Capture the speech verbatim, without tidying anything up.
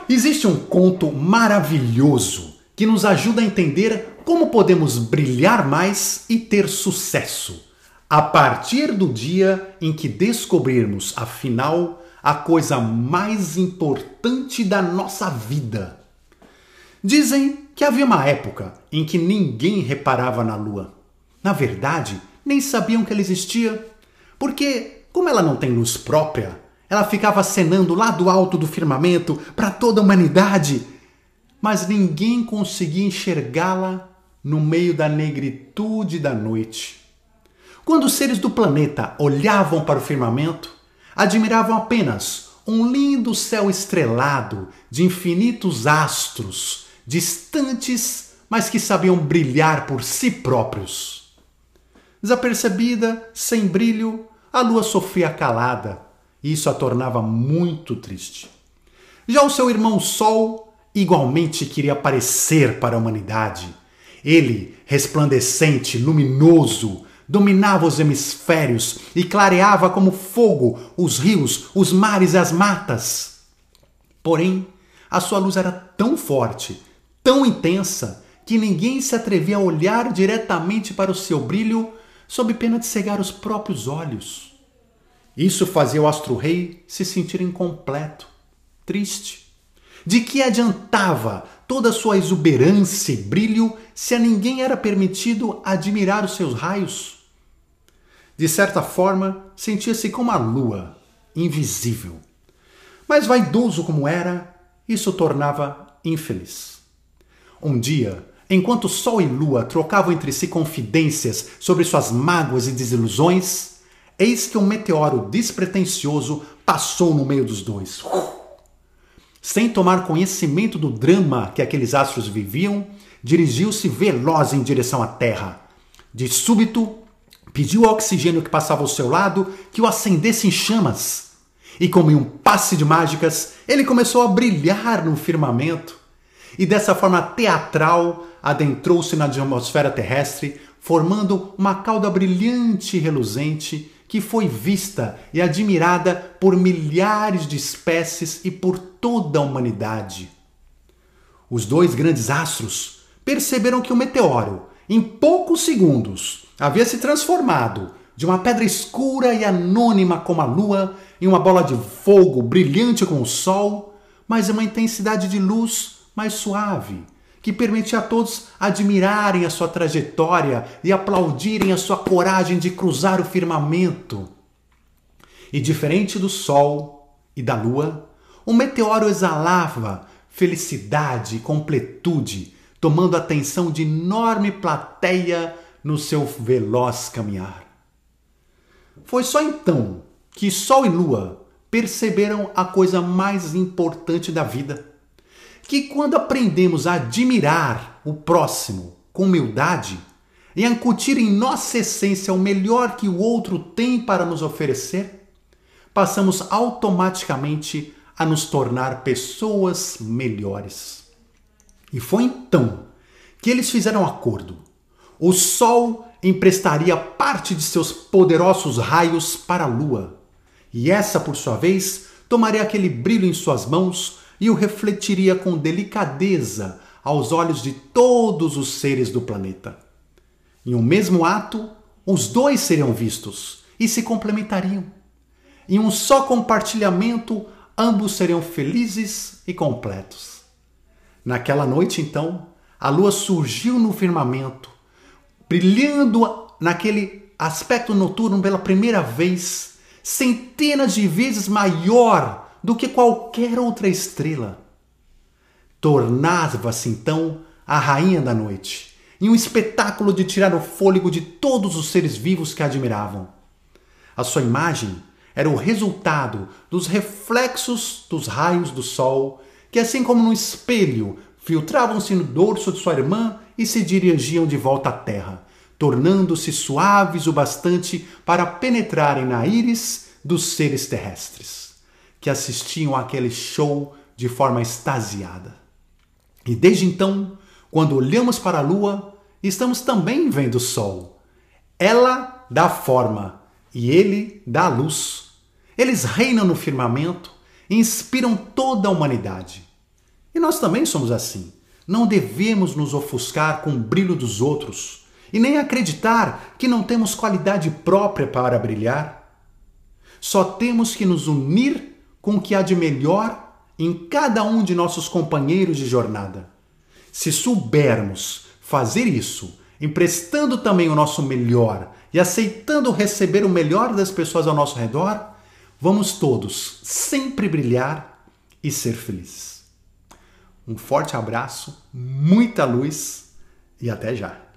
Existe um conto maravilhoso que nos ajuda a entender como podemos brilhar mais e ter sucesso, a partir do dia em que descobrirmos, afinal, a coisa mais importante da nossa vida. Dizem que havia uma época em que ninguém reparava na lua. Na verdade, nem sabiam que ela existia, porque, como ela não tem luz própria, ela ficava acenando lá do alto do firmamento para toda a humanidade, mas ninguém conseguia enxergá-la no meio da negritude da noite. Quando os seres do planeta olhavam para o firmamento, admiravam apenas um lindo céu estrelado de infinitos astros, distantes, mas que sabiam brilhar por si próprios. Desapercebida, sem brilho, a lua sofria calada, e isso a tornava muito triste. Já o seu irmão Sol igualmente queria aparecer para a humanidade. Ele, resplandecente, luminoso, dominava os hemisférios e clareava como fogo os rios, os mares e as matas. Porém, a sua luz era tão forte, tão intensa, que ninguém se atrevia a olhar diretamente para o seu brilho sob pena de cegar os próprios olhos. Isso fazia o astro-rei se sentir incompleto, triste. De que adiantava toda a sua exuberância e brilho se a ninguém era permitido admirar os seus raios? De certa forma, sentia-se como a lua, invisível. Mas vaidoso como era, isso o tornava infeliz. Um dia, enquanto Sol e Lua trocavam entre si confidências sobre suas mágoas e desilusões, eis que um meteoro despretensioso passou no meio dos dois. Sem tomar conhecimento do drama que aqueles astros viviam, dirigiu-se veloz em direção à Terra. De súbito, pediu ao oxigênio que passava ao seu lado que o acendesse em chamas. E como em um passe de mágicas, ele começou a brilhar no firmamento. E dessa forma teatral, adentrou-se na atmosfera terrestre, formando uma cauda brilhante e reluzente que foi vista e admirada por milhares de espécies e por toda a humanidade. Os dois grandes astros perceberam que o meteoro, em poucos segundos, havia se transformado de uma pedra escura e anônima como a lua em uma bola de fogo brilhante como o sol, mas uma intensidade de luz mais suave, que permitia a todos admirarem a sua trajetória e aplaudirem a sua coragem de cruzar o firmamento. E diferente do Sol e da Lua, o meteoro exalava felicidade e completude, tomando a atenção de enorme plateia no seu veloz caminhar. Foi só então que Sol e Lua perceberam a coisa mais importante da vida, que quando aprendemos a admirar o próximo com humildade e a incutir em nossa essência o melhor que o outro tem para nos oferecer, passamos automaticamente a nos tornar pessoas melhores. E foi então que eles fizeram um acordo. O Sol emprestaria parte de seus poderosos raios para a Lua, e essa, por sua vez, tomaria aquele brilho em suas mãos e o refletiria com delicadeza aos olhos de todos os seres do planeta. Em um mesmo ato, os dois seriam vistos e se complementariam. Em um só compartilhamento, ambos seriam felizes e completos. Naquela noite, então, a lua surgiu no firmamento, brilhando naquele aspecto noturno pela primeira vez, centenas de vezes maior do que qualquer outra estrela. Tornava-se então a rainha da noite, em um espetáculo de tirar o fôlego de todos os seres vivos que a admiravam. A sua imagem era o resultado dos reflexos dos raios do sol, que assim como num espelho, filtravam-se no dorso de sua irmã e se dirigiam de volta à terra, tornando-se suaves o bastante para penetrarem na íris dos seres terrestres, que assistiam àquele show de forma extasiada. E desde então, quando olhamos para a lua, estamos também vendo o sol. Ela dá forma e ele dá luz. Eles reinam no firmamento e inspiram toda a humanidade. E nós também somos assim. Não devemos nos ofuscar com o brilho dos outros e nem acreditar que não temos qualidade própria para brilhar. Só temos que nos unir com o que há de melhor em cada um de nossos companheiros de jornada. Se soubermos fazer isso, emprestando também o nosso melhor e aceitando receber o melhor das pessoas ao nosso redor, vamos todos sempre brilhar e ser felizes. Um forte abraço, muita luz e até já!